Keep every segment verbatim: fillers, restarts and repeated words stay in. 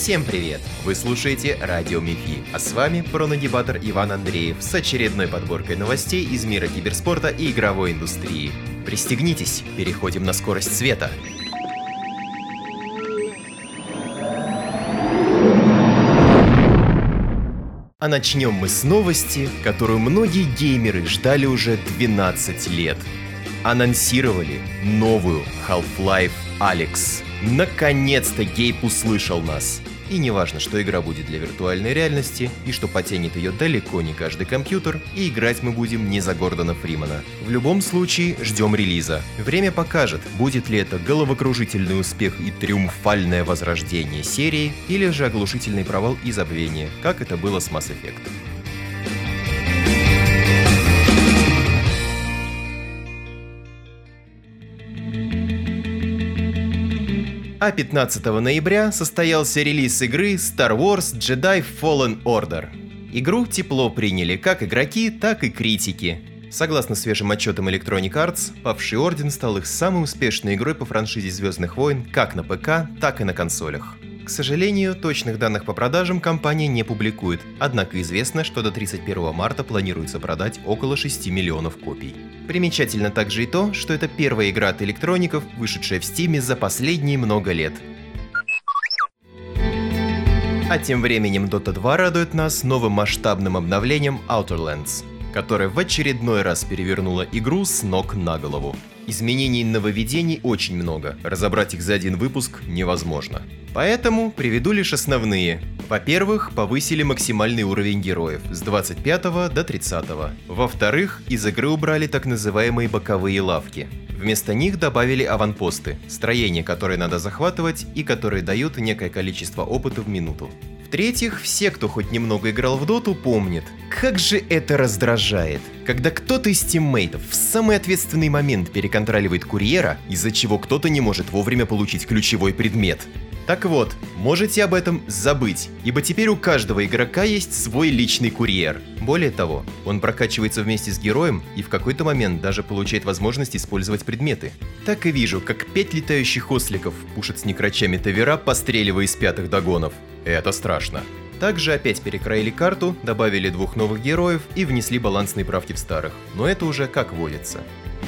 Всем привет! Вы слушаете Радио МИФИ, а с вами пронагибатор Иван Андреев с очередной подборкой новостей из мира киберспорта и игровой индустрии. Пристегнитесь, переходим на скорость света. А начнем мы с новости, которую многие геймеры ждали уже двенадцать лет. Анонсировали новую Half-Life Alyx. Наконец-то Гейб услышал нас. И не важно, что игра будет для виртуальной реальности, и что потянет ее далеко не каждый компьютер, и играть мы будем не за Гордона Фримана. В любом случае, ждем релиза. Время покажет, будет ли это головокружительный успех и триумфальное возрождение серии, или же оглушительный провал и забвение, как это было с Mass Effect. А пятнадцатого ноября состоялся релиз игры Star Wars Jedi Fallen Order. Игру тепло приняли как игроки, так и критики. Согласно свежим отчетам Electronic Arts, Павший Орден стал их самой успешной игрой по франшизе Звездных войн как на ПК, так и на консолях. К сожалению, точных данных по продажам компания не публикует, однако известно, что до тридцать первого марта планируется продать около шести миллионов копий. Примечательно также и то, что это первая игра от электроников, вышедшая в Steam за последние много лет. А тем временем Дота два радует нас новым масштабным обновлением Outer Lands, которое в очередной раз перевернуло игру с ног на голову. Изменений и нововведений очень много, разобрать их за один выпуск невозможно. Поэтому приведу лишь основные. Во-первых, повысили максимальный уровень героев с двадцать пятого до тридцатого. Во-вторых, из игры убрали так называемые боковые лавки. Вместо них добавили аванпосты, строения, которые надо захватывать и которые дают некое количество опыта в минуту. В-третьих, все, кто хоть немного играл в доту, помнят, как же это раздражает, когда кто-то из тиммейтов в самый ответственный момент переконтроливает курьера, из-за чего кто-то не может вовремя получить ключевой предмет. Так вот, можете об этом забыть, ибо теперь у каждого игрока есть свой личный курьер. Более того, он прокачивается вместе с героем и в какой-то момент даже получает возможность использовать предметы. Так и вижу, как пять летающих осликов пушат с некрачами тавера, постреливая из пятых догонов. Это страшно. Также опять перекроили карту, добавили двух новых героев и внесли балансные правки в старых, но это уже как водится.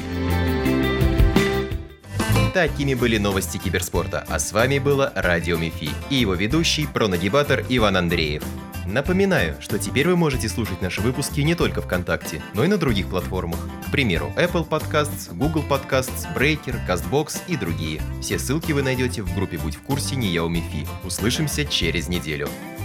Такими были новости киберспорта, а с вами было Радио МИФИ и его ведущий пронагибатор Иван Андреев. Напоминаю, что теперь вы можете слушать наши выпуски не только ВКонтакте, но и на других платформах. К примеру, Apple Podcasts, Google Podcasts, Breaker, CastBox и другие. Все ссылки вы найдете в группе «Будь в курсе, не я у МИФИ». Услышимся через неделю.